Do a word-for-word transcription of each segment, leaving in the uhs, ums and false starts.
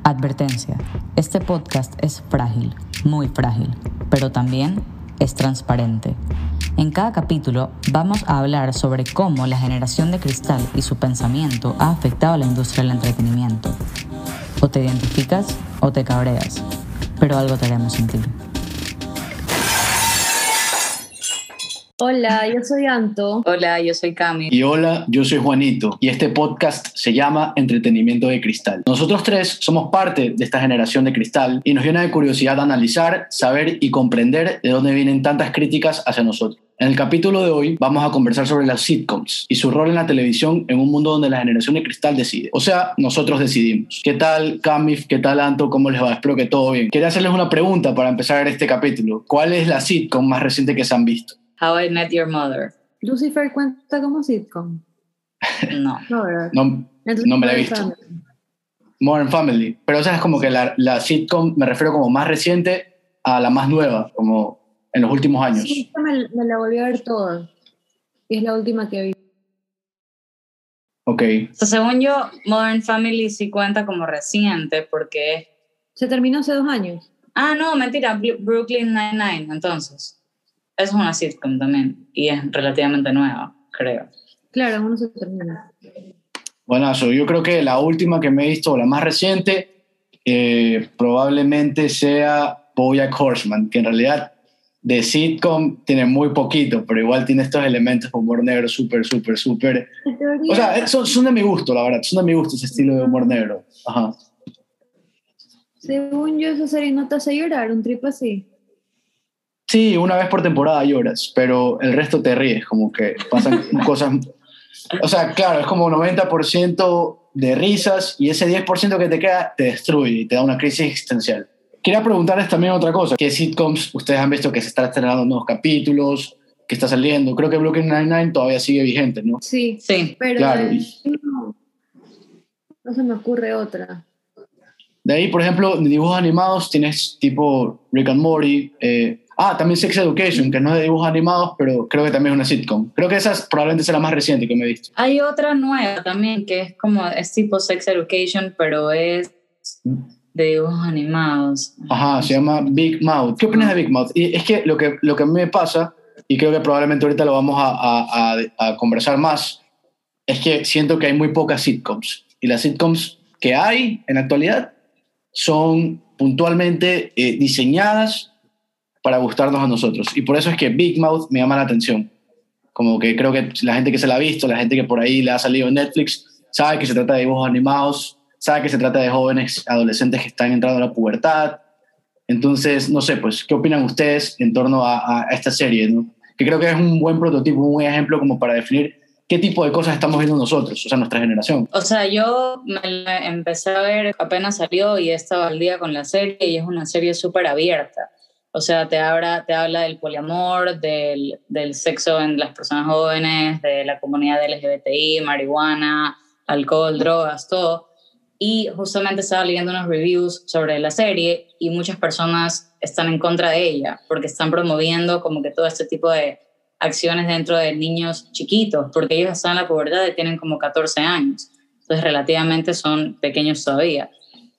Advertencia, este podcast es frágil, muy frágil, pero también es transparente. En cada capítulo vamos a hablar sobre cómo la generación de cristal y su pensamiento ha afectado a la industria del entretenimiento. O te identificas o te cabreas, pero algo te haremos sentir. Hola, yo soy Anto. Hola, yo soy Cami. Y hola, yo soy Juanito. Y este podcast se llama Entretenimiento de Cristal. Nosotros tres somos parte de esta generación de cristal y nos llena de curiosidad analizar, saber y comprender de dónde vienen tantas críticas hacia nosotros. En el capítulo de hoy vamos a conversar sobre las sitcoms y su rol en la televisión en un mundo donde la generación de cristal decide. O sea, nosotros decidimos. ¿Qué tal, Cami? ¿Qué tal, Anto? ¿Cómo les va? Espero que todo bien. Quería hacerles una pregunta para empezar este capítulo. ¿Cuál es la sitcom más reciente que se han visto? How I Met Your Mother. ¿Lucifer cuenta como sitcom? No. No, ¿verdad? No, no me la he visto. Modern Family. Pero esa es como que la, la sitcom, me refiero como más reciente a la más nueva, como en los últimos años. Sí, me, me la volví a ver toda. Y es la última que vi. Ok. O sea, según yo, Modern Family sí cuenta como reciente porque... Se terminó hace dos años. Ah, no, mentira. Brooklyn Nine-Nine, entonces. Es una sitcom también y es relativamente nueva, creo. Claro, uno se termina. Buenazo. Yo creo que la última que me he visto, la más reciente, eh, probablemente sea BoJack Horseman, que en realidad de sitcom tiene muy poquito, pero igual tiene estos elementos de humor negro súper, súper, súper... O sea, son, son de mi gusto, la verdad. Son de mi gusto ese estilo de humor negro. Ajá. Según yo, esa serie no te hace llorar, un trip así. Sí, una vez por temporada lloras, pero el resto te ríes, como que pasan cosas... O sea, claro, es como noventa por ciento de risas y ese diez por ciento que te queda te destruye y te da una crisis existencial. Quería preguntarles también otra cosa. ¿Qué sitcoms ustedes han visto que se están estrenando nuevos capítulos, que está saliendo? Creo que Brooklyn Nine-Nine todavía sigue vigente, ¿no? Sí, sí. Pero claro. de ahí no, no se me ocurre otra. De ahí, por ejemplo, de dibujos animados tienes tipo Rick and Morty... Eh, Ah, también Sex Education, que no es de dibujos animados, pero creo que también es una sitcom. Creo que esa es, probablemente sea la más reciente que me he visto. Hay otra nueva también que es como, es tipo Sex Education, pero es de dibujos animados. Ajá, se llama Big Mouth. ¿Qué opinas de Big Mouth? Y es que lo que, lo que a mí me pasa, y creo que probablemente ahorita lo vamos a, a, a, a conversar más, es que siento que hay muy pocas sitcoms. Y las sitcoms que hay en la actualidad son puntualmente eh, diseñadas para gustarnos a nosotros. Y por eso es que Big Mouth me llama la atención. Como que creo que la gente que se la ha visto, la gente que por ahí le ha salido en Netflix, sabe que se trata de dibujos animados, sabe que se trata de jóvenes adolescentes que están entrando a la pubertad. Entonces, no sé, pues, ¿qué opinan ustedes en torno a, a esta serie, ¿no? Que creo que es un buen prototipo, un buen ejemplo como para definir qué tipo de cosas estamos viendo nosotros, o sea, nuestra generación. O sea, yo me la empecé a ver apenas salió y estaba al día con la serie y es una serie súper abierta. O sea, te habla, te habla del poliamor, del, del sexo en las personas jóvenes, de la comunidad L G B T I, marihuana, alcohol, drogas, todo. Y justamente estaba leyendo unos reviews sobre la serie y muchas personas están en contra de ella porque están promoviendo como que todo este tipo de acciones dentro de niños chiquitos, porque ellos están en la pubertad y tienen como catorce años. Entonces, relativamente son pequeños todavía.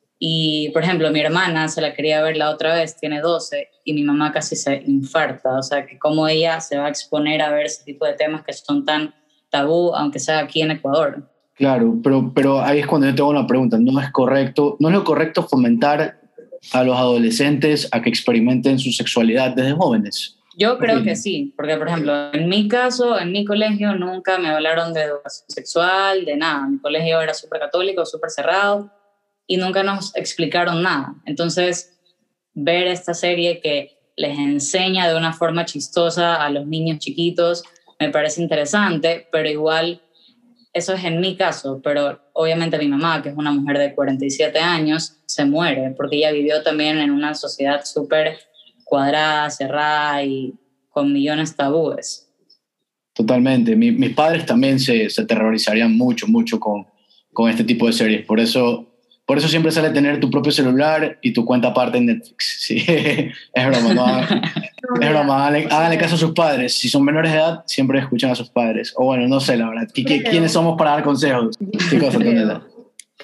Y, por ejemplo, mi hermana se la quería ver la otra vez, tiene doce, y mi mamá casi se infarta. O sea, que cómo ella se va a exponer a ver ese tipo de temas que son tan tabú, aunque sea aquí en Ecuador. Claro, pero, pero ahí es cuando yo tengo una pregunta. No es correcto, no es lo correcto fomentar a los adolescentes a que experimenten su sexualidad desde jóvenes. Yo creo que sí, porque, por ejemplo, en mi caso, en mi colegio, nunca me hablaron de educación sexual, de nada. Mi colegio era súper católico, súper cerrado, y nunca nos explicaron nada. Entonces, ver esta serie que les enseña de una forma chistosa a los niños chiquitos me parece interesante, pero igual, eso es en mi caso, pero obviamente mi mamá, que es una mujer de cuarenta y siete años, se muere, porque ella vivió también en una sociedad súper cuadrada, cerrada y con millones de tabúes. Totalmente. Mi, mis padres también se, se terrorizarían mucho, mucho con, con este tipo de series. Por eso... Por eso siempre sale tener tu propio celular y tu cuenta aparte en Netflix. Sí, es broma, no hagan, es broma. Háganle, háganle caso a sus padres. Si son menores de edad, siempre escuchan a sus padres. O bueno, no sé, la verdad. ¿Qui- qui- ¿Quiénes somos para dar consejos? ¿Qué cosa, Antonella?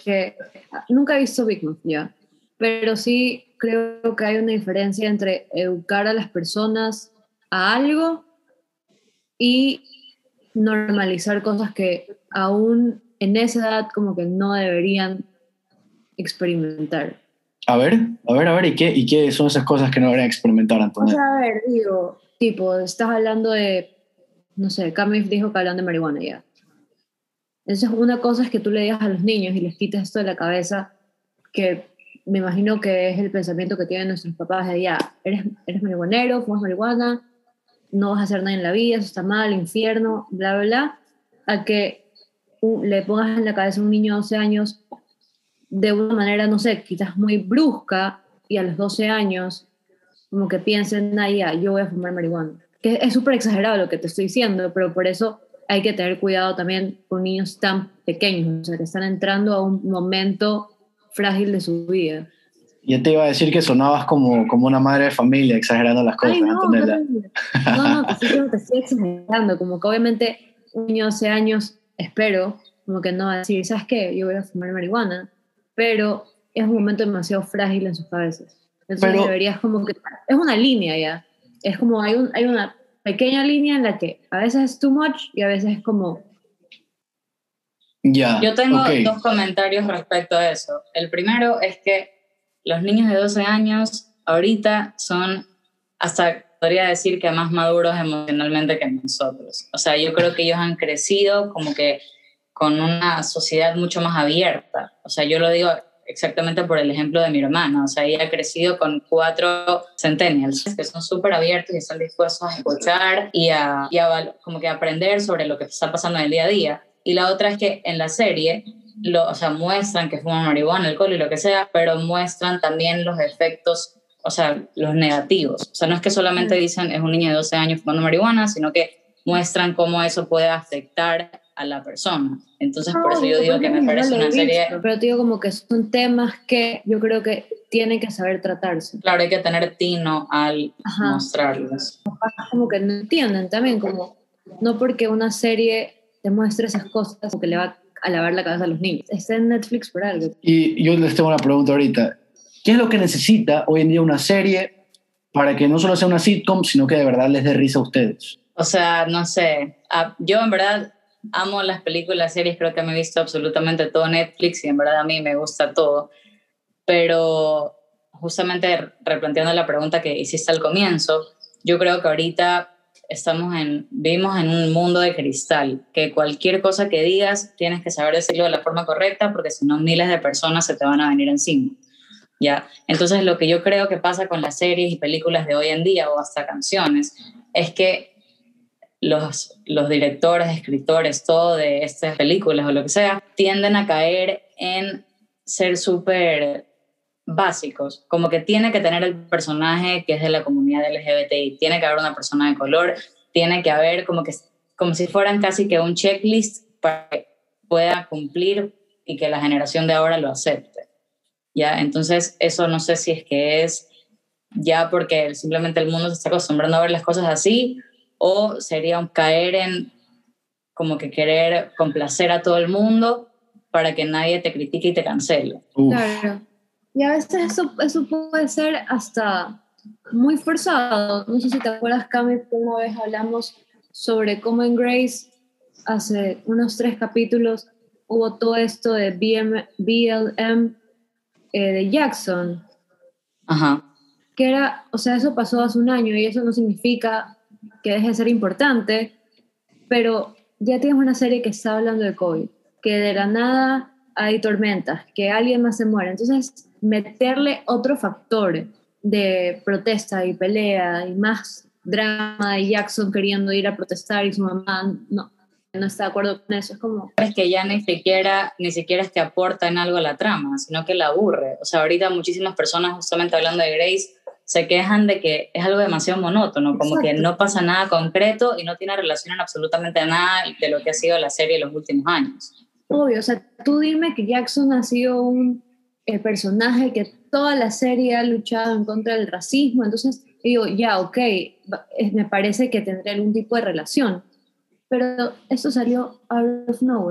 que nunca he visto Big Mouth ya, pero sí creo que hay una diferencia entre educar a las personas a algo y normalizar cosas que aún en esa edad como que no deberían experimentar. A ver, a ver, a ver, ¿y qué, y qué son esas cosas que no deberían experimentar, O Antonio? sea, a ver, digo, tipo, estás hablando de, no sé, Camif dijo que hablan de marihuana ya. Entonces, una cosa es que tú le digas a los niños y les quites esto de la cabeza, que me imagino que es el pensamiento que tienen nuestros papás de ya, eres, eres marihuanero, fumas marihuana, no vas a hacer nada en la vida, eso está mal, infierno, bla, bla, bla, a que uh, le pongas en la cabeza a un niño de doce años de una manera, no sé, quizás muy brusca, y a los doce años como que piensen, ah, ya, yo voy a fumar marihuana. Que es súper exagerado lo que te estoy diciendo, pero por eso hay que tener cuidado también con niños tan pequeños, o sea, que están entrando a un momento frágil de su vida. Yo te iba a decir que sonabas como, como una madre de familia exagerando las cosas, Ay, no, Antonella. no, no, te estoy, te estoy exagerando, como que obviamente un niño de doce años, espero, como que no va a decir, ¿sabes qué? Yo voy a fumar marihuana, pero es un momento demasiado frágil en sus cabezas. Entonces Pero- deberías como que, es una línea ya, es como hay, un, hay una pequeña línea en la que a veces es too much y a veces es como, Ya, Yo tengo ok. dos comentarios respecto a eso. El primero es que los niños de doce años ahorita son, hasta podría decir que más maduros emocionalmente que nosotros. O sea, yo creo que ellos han crecido como que con una sociedad mucho más abierta. O sea, yo lo digo exactamente por el ejemplo de mi hermana. O sea, ella ha crecido con cuatro centennials que son súper abiertos y están dispuestos a escuchar y a, y a como que aprender sobre lo que está pasando en el día a día. Y la otra es que en la serie, lo, o sea, muestran que fuman marihuana, alcohol y lo que sea, pero muestran también los efectos, o sea, los negativos. O sea, no es que solamente dicen es un niño de doce años fumando marihuana, sino que muestran cómo eso puede afectar a la persona. Entonces, por eso yo digo que me parece una serie... pero te digo como que son temas que yo creo que tienen que saber tratarse. Claro, hay que tener tino al Ajá. mostrarlos. Como que no entienden también, como no porque una serie te muestre esas cosas como que le va a lavar la cabeza a los niños. Está en Netflix por algo. Y yo les tengo una pregunta ahorita. ¿Qué es lo que necesita hoy en día una serie para que no solo sea una sitcom, sino que de verdad les dé risa a ustedes? O sea, no sé, ah, yo en verdad amo las películas, series, creo que me he visto absolutamente todo Netflix y en verdad a mí me gusta todo, pero justamente replanteando la pregunta que hiciste al comienzo, yo creo que ahorita estamos en, vivimos en un mundo de cristal, que cualquier cosa que digas tienes que saber decirlo de la forma correcta porque si no miles de personas se te van a venir encima. ¿Ya? Entonces lo que yo creo que pasa con las series y películas de hoy en día o hasta canciones es que los, los directores, escritores, todo de estas películas o lo que sea, tienden a caer en ser súper básicos, como que tiene que tener el personaje que es de la comunidad L G B T I, tiene que haber una persona de color, tiene que haber como, que, como si fueran casi que un checklist para que pueda cumplir y que la generación de ahora lo acepte. ¿Ya? Entonces eso no sé si es que es ya porque simplemente el mundo se está acostumbrando a ver las cosas así o sería un caer en como que querer complacer a todo el mundo para que nadie te critique y te cancele. Uf. Claro. Y a veces eso, eso puede ser hasta muy forzado. No sé si te acuerdas, Cami, que una vez hablamos sobre cómo en Grace, hace unos tres capítulos, hubo todo esto de B M, B L M eh, de Jackson. Ajá. Que era, o sea, eso pasó hace un año y eso no significa que deje de ser importante, pero ya tienes una serie que está hablando de COVID, que de la nada hay tormentas, que alguien más se muere. Entonces, meterle otro factor de protesta y pelea y más drama de Jackson queriendo ir a protestar y su mamá no, no está de acuerdo con eso, es como... Es que ya ni siquiera, ni siquiera es que aporta en algo a la trama, sino que la aburre. O sea, ahorita muchísimas personas, justamente hablando de Grace, se quejan de que es algo demasiado monótono, como Exacto. que no pasa nada concreto y no tiene relación en absolutamente nada de lo que ha sido la serie en los últimos años. Obvio, o sea, tú dime que Jackson ha sido un eh, personaje que toda la serie ha luchado en contra del racismo, entonces digo, ya, ok, me parece que tendría algún tipo de relación, pero esto salió out of nowhere.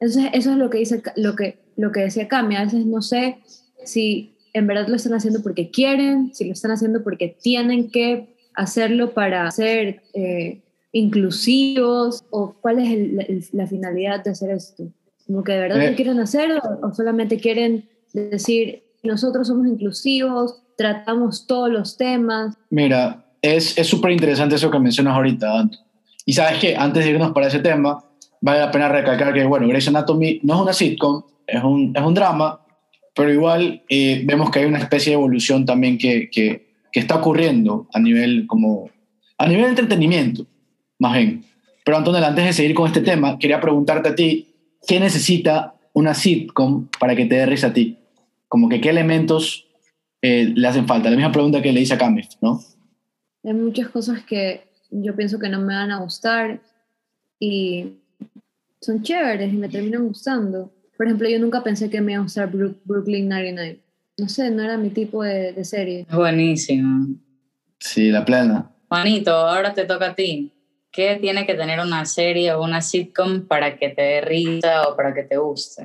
Entonces, eso es lo que, dice, lo que, lo que decía Cami. A veces no sé si en verdad lo están haciendo porque quieren, si lo están haciendo porque tienen que hacerlo para ser eh, inclusivos, o cuál es el, el, la finalidad de hacer esto. Como que de verdad eh. lo quieren hacer, o, o solamente quieren decir, nosotros somos inclusivos, tratamos todos los temas. Mira, es súper interesante eso que mencionas ahorita, Anto. Y sabes que antes de irnos para ese tema, vale la pena recalcar que, bueno, Grey's Anatomy no es una sitcom, es un, es un drama, pero igual eh, vemos que hay una especie de evolución también que, que, que está ocurriendo a nivel, como, a nivel de entretenimiento, más bien. Pero Antonella, antes de seguir con este tema, quería preguntarte a ti, ¿qué necesita una sitcom para que te dé risa a ti? Como que qué elementos eh, le hacen falta. La misma pregunta que le hice a Camif, ¿no? Hay muchas cosas que yo pienso que no me van a gustar y son chéveres y me terminan gustando. Por ejemplo, yo nunca pensé que me iba a gustar Brooklyn noventa y nueve. No sé, no era mi tipo de, de serie. Buenísimo. Sí, la plena. Juanito, ahora te toca a ti. ¿Qué tiene que tener una serie o una sitcom para que te dé risa o para que te guste?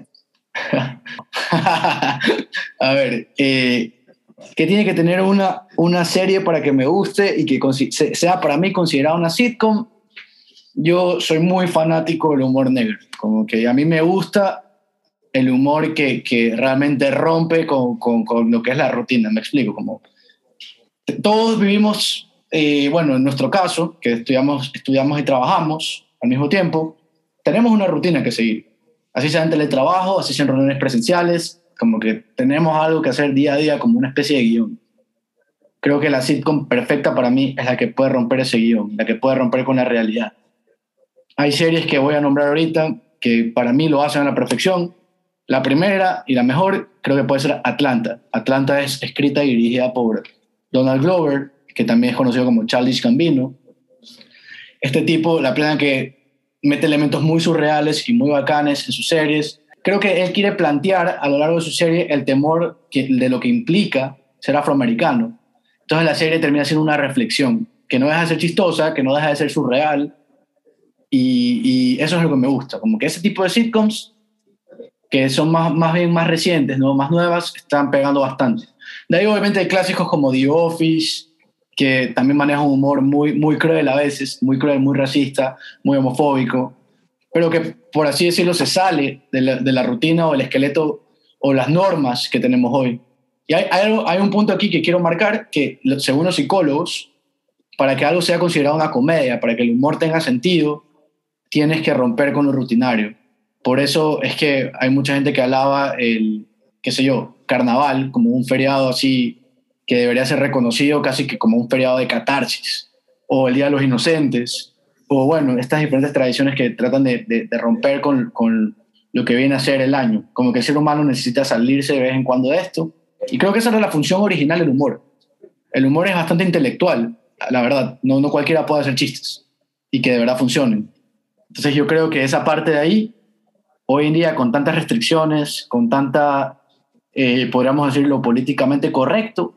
A ver, eh, ¿qué tiene que tener una, una serie para que me guste y que sea para mí considerada una sitcom? Yo soy muy fanático del humor negro. Como que a mí me gusta el humor que, que realmente rompe con, con, con lo que es la rutina. Me explico. Como todos vivimos... Eh, bueno, en nuestro caso, que estudiamos, estudiamos y trabajamos al mismo tiempo, tenemos una rutina que seguir. Así sea en teletrabajo, así sea en reuniones presenciales, como que tenemos algo que hacer día a día como una especie de guión. Creo que la sitcom perfecta para mí es la que puede romper ese guión, la que puede romper con la realidad. Hay series que voy a nombrar ahorita que para mí lo hacen a la perfección. La primera y la mejor creo que puede ser Atlanta. Atlanta es escrita y dirigida por Donald Glover, que también es conocido como Childish Gambino. Este tipo, la plena que mete elementos muy surreales y muy bacanes en sus series. Creo que él quiere plantear a lo largo de su serie el temor que, de lo que implica ser afroamericano. Entonces la serie termina siendo una reflexión que no deja de ser chistosa, que no deja de ser surreal, y, y eso es lo que me gusta. Como que ese tipo de sitcoms, que son más, más bien más recientes, ¿no? Más nuevas, están pegando bastante. De ahí obviamente hay clásicos como The Office, que también maneja un humor muy, muy cruel a veces, muy cruel, muy racista, muy homofóbico, pero que, por así decirlo, se sale de la, de la rutina o el esqueleto o las normas que tenemos hoy. Y hay, hay, algo, hay un punto aquí que quiero marcar, que según los psicólogos, para que algo sea considerado una comedia, para que el humor tenga sentido, tienes que romper con lo rutinario. Por eso es que hay mucha gente que alaba el, qué sé yo, carnaval como un feriado así que debería ser reconocido casi que como un feriado de catarsis, o el Día de los Inocentes, o bueno, estas diferentes tradiciones que tratan de, de, de romper con, con lo que viene a ser el año. Como que el ser humano necesita salirse de vez en cuando de esto, y creo que esa era la función original del humor. El humor es bastante intelectual, la verdad, no, no cualquiera puede hacer chistes, y que de verdad funcionen. Entonces yo creo que esa parte de ahí, hoy en día con tantas restricciones, con tanta, eh, podríamos decirlo, políticamente correcto,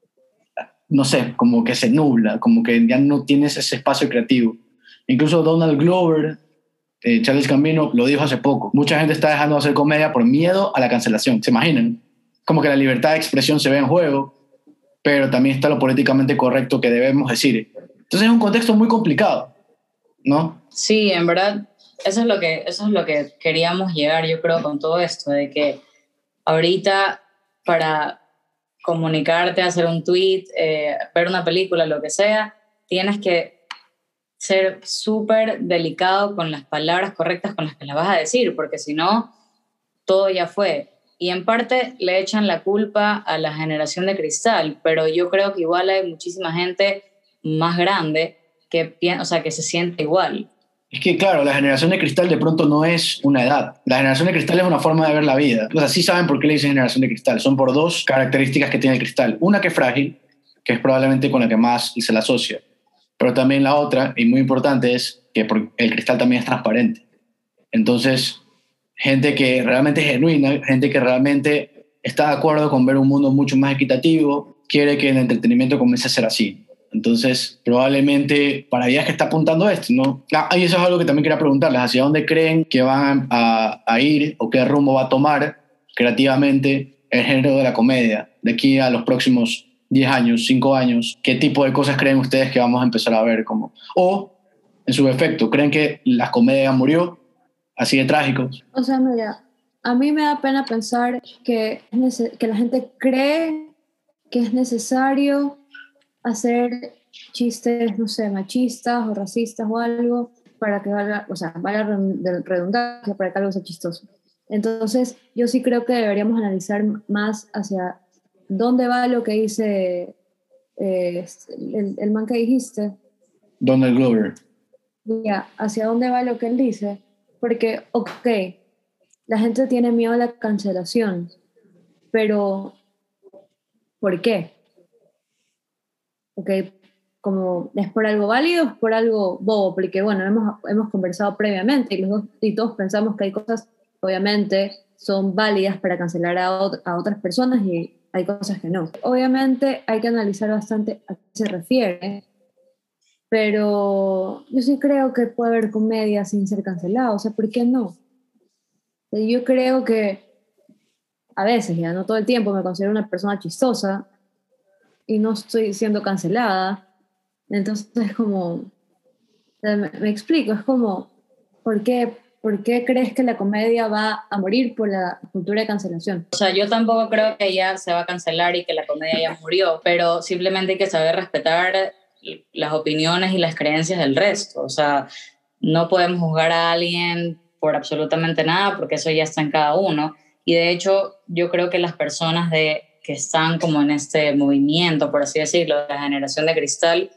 no sé, como que se nubla, como que ya no tienes ese espacio creativo. Incluso Donald Glover, eh, Childish Gambino, lo dijo hace poco. Mucha gente está dejando de hacer comedia por miedo a la cancelación. ¿Se imaginan? Como que la libertad de expresión se ve en juego, pero también está lo políticamente correcto que debemos decir. Entonces es un contexto muy complicado, ¿no? Sí, en verdad, eso es lo que, eso es lo que queríamos llegar, yo creo, con todo esto, de que ahorita para comunicarte, hacer un tweet, eh, ver una película, lo que sea, tienes que ser súper delicado con las palabras correctas con las que las vas a decir, porque si no, todo ya fue. Y en parte le echan la culpa a la generación de cristal, pero yo creo que igual hay muchísima gente más grande que, o sea, que se siente igual. Es que, claro, la generación de cristal de pronto no es una edad. La generación de cristal es una forma de ver la vida. O sea, sí saben por qué le dicen generación de cristal. Son por dos características que tiene el cristal. Una que es frágil, que es probablemente con la que más se la asocia. Pero también la otra, y muy importante, es que el cristal también es transparente. Entonces, gente que realmente es genuina, gente que realmente está de acuerdo con ver un mundo mucho más equitativo, quiere que el entretenimiento comience a ser así. Entonces, probablemente para allá es que está apuntando esto, ¿no? Ah, y eso es algo que también quería preguntarles, ¿hacia dónde creen que van a, a ir o qué rumbo va a tomar creativamente el género de la comedia de aquí a los próximos diez años, cinco años? ¿Qué tipo de cosas creen ustedes que vamos a empezar a ver? Como, o, en su efecto, ¿creen que la comedia murió así de trágico? O sea, mira, a mí me da pena pensar que, es nece- que la gente cree que es necesario hacer chistes, no sé, machistas o racistas o algo para que valga, o sea, valga la redundancia, para que algo sea chistoso. Entonces, yo sí creo que deberíamos analizar más hacia dónde va lo que dice eh, el, el man que dijiste, Donald Glover. ya, hacia dónde va lo que él dice, porque, ok, la gente tiene miedo a la cancelación, pero ¿por qué? Ok, como es por algo válido, es por algo bobo, porque bueno, hemos, hemos conversado previamente y, los dos, y todos pensamos que hay cosas, obviamente, son válidas para cancelar a, ot- a otras personas y hay cosas que no. Obviamente hay que analizar bastante a qué se refiere, pero yo sí creo que puede haber comedia sin ser cancelada, o sea, ¿por qué no? Yo creo que a veces, ya no todo el tiempo, me considero una persona chistosa y no estoy siendo cancelada. Entonces es como, me, me explico, es como, ¿por qué, ¿por qué crees que la comedia va a morir por la cultura de cancelación? O sea, yo tampoco creo que ya se va a cancelar y que la comedia ya murió, pero simplemente hay que saber respetar las opiniones y las creencias del resto. O sea, no podemos juzgar a alguien por absolutamente nada porque eso ya está en cada uno. Y de hecho, yo creo que las personas de, que están como en este movimiento, por así decirlo, de la generación de cristal,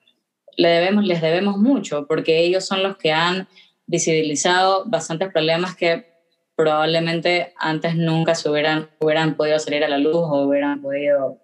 le debemos, les debemos mucho porque ellos son los que han visibilizado bastantes problemas que probablemente antes nunca se hubieran, hubieran podido salir a la luz o hubieran podido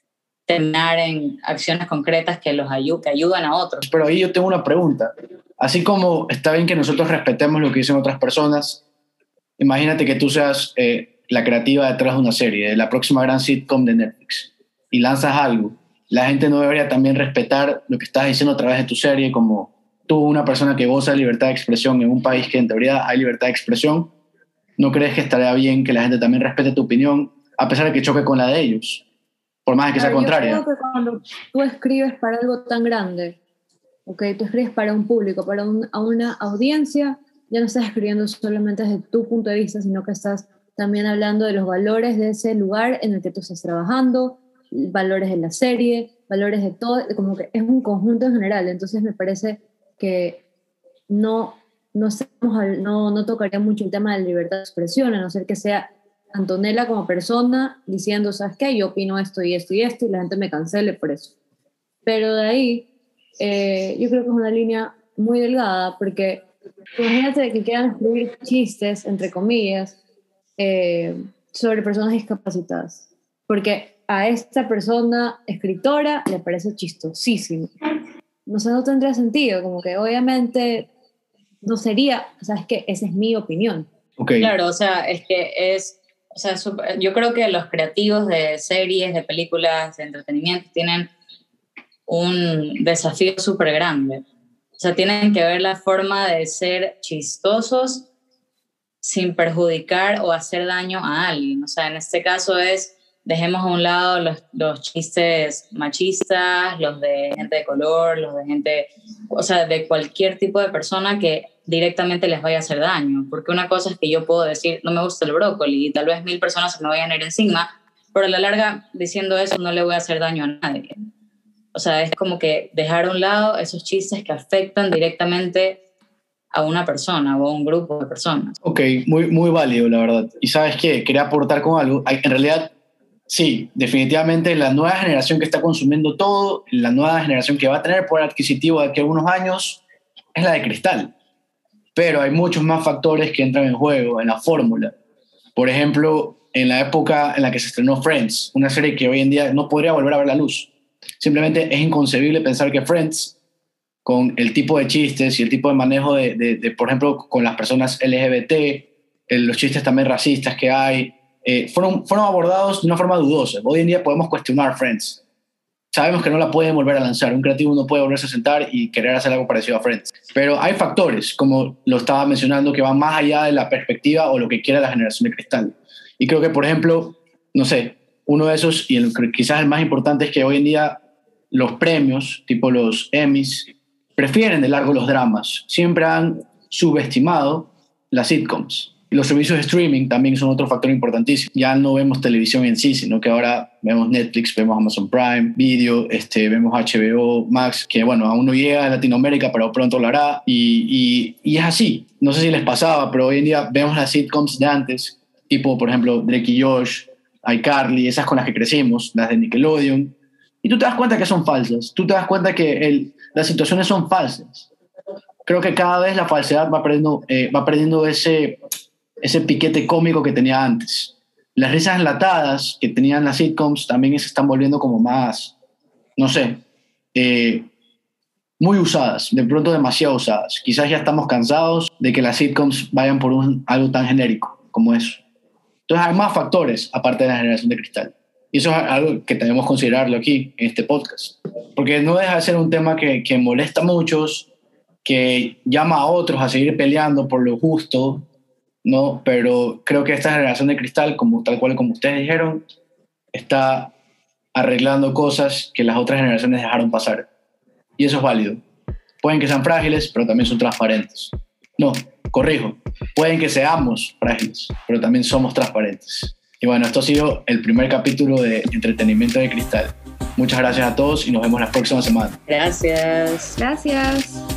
terminar en acciones concretas que, los ayu- que ayudan a otros. Pero ahí yo tengo una pregunta. Así como está bien que nosotros respetemos lo que dicen otras personas, imagínate que tú seas eh, la creativa detrás de una serie, de la próxima gran sitcom de Netflix, y lanzas algo. La gente no debería también respetar lo que estás diciendo a través de tu serie, como tú, una persona que goza de libertad de expresión en un país que en teoría hay libertad de expresión. ¿No crees que estaría bien que la gente también respete tu opinión, a pesar de que choque con la de ellos? Por más de que sea A ver, yo contraria. creo que cuando tú escribes para algo tan grande, okay, tú escribes para un público, para un, a una audiencia, ya no estás escribiendo solamente desde tu punto de vista, sino que estás también hablando de los valores de ese lugar en el que tú estás trabajando, valores de la serie, valores de todo, como que es un conjunto en general. Entonces me parece que no, no, estamos al- no, no tocaría mucho el tema de la libertad de expresión, a no ser que sea Antonella como persona diciendo, ¿sabes qué? Yo opino esto y esto y esto y la gente me cancele por eso. Pero de ahí, eh, yo creo que es una línea muy delgada, porque imagínate que quieran escribir chistes, entre comillas, eh, sobre personas discapacitadas, porque a esta persona escritora le parece chistosísimo. No sé, no tendría sentido, como que obviamente no sería, ¿sabes qué? Esa es mi opinión. Okay. Claro, o sea, es que es, o sea, super, yo creo que los creativos de series, de películas, de entretenimiento tienen un desafío súper grande. O sea, tienen que ver la forma de ser chistosos sin perjudicar o hacer daño a alguien. O sea, en este caso es, dejemos a un lado los, los chistes machistas, los de gente de color, los de gente, o sea, de cualquier tipo de persona que directamente les vaya a hacer daño. Porque una cosa es que yo puedo decir, no me gusta el brócoli, y tal vez mil personas se me vayan a ir encima, pero a la larga, diciendo eso, no le voy a hacer daño a nadie. O sea, es como que dejar a un lado esos chistes que afectan directamente a una persona o a un grupo de personas. Ok, muy, muy válido, la verdad. Y ¿sabes qué? Quería aportar con algo. En realidad, sí, definitivamente la nueva generación que está consumiendo todo, la nueva generación que va a tener poder adquisitivo de aquí a unos años, es la de cristal. Pero hay muchos más factores que entran en juego, en la fórmula. Por ejemplo, en la época en la que se estrenó Friends, una serie que hoy en día no podría volver a ver la luz. Simplemente es inconcebible pensar que Friends, con el tipo de chistes y el tipo de manejo de, de, de por ejemplo, con las personas L G B T, eh, los chistes también racistas que hay, eh, fueron, fueron abordados de una forma dudosa. Hoy en día podemos cuestionar Friends, sabemos que no la pueden volver a lanzar. Un creativo no puede volverse a sentar y querer hacer algo parecido a Friends. Pero hay factores, como lo estaba mencionando, que van más allá de la perspectiva o lo que quiera la generación de cristal. Y creo que, por ejemplo, no sé, uno de esos, y el, quizás el más importante, es que hoy en día los premios, tipo los Emmys, prefieren de largo los dramas. Siempre han subestimado las sitcoms. Los servicios de streaming también son otro factor importantísimo. Ya no vemos televisión en sí, sino que ahora vemos Netflix, vemos Amazon Prime Video, este, vemos H B O Max, que bueno, aún no llega a Latinoamérica, pero pronto lo hará. Y, y, y es así. No sé si les pasaba, pero hoy en día vemos las sitcoms de antes, tipo, por ejemplo, Drake y Josh, iCarly, esas con las que crecimos, las de Nickelodeon. Y tú te das cuenta que son falsas. Tú te das cuenta que el, las situaciones son falsas. Creo que cada vez la falsedad va perdiendo, eh, va perdiendo ese... ese piquete cómico que tenía antes. Las risas enlatadas que tenían las sitcoms también se están volviendo como más, no sé, eh, muy usadas, de pronto demasiado usadas. Quizás ya estamos cansados de que las sitcoms vayan por un, algo tan genérico como eso. Entonces hay más factores aparte de la generación de cristal. Y eso es algo que debemos considerarlo aquí, en este podcast. Porque no deja de ser un tema que, que molesta a muchos, que llama a otros a seguir peleando por lo justo, ¿no? Pero creo que esta generación de cristal, como, tal cual como ustedes dijeron, está arreglando cosas que las otras generaciones dejaron pasar. Y eso es válido. Pueden que sean frágiles, pero también son transparentes. No, corrijo. Pueden que seamos frágiles, pero también somos transparentes. Y bueno, esto ha sido el primer capítulo de Entretenimiento de Cristal. Muchas gracias a todos y nos vemos la próxima semana. Gracias. Gracias.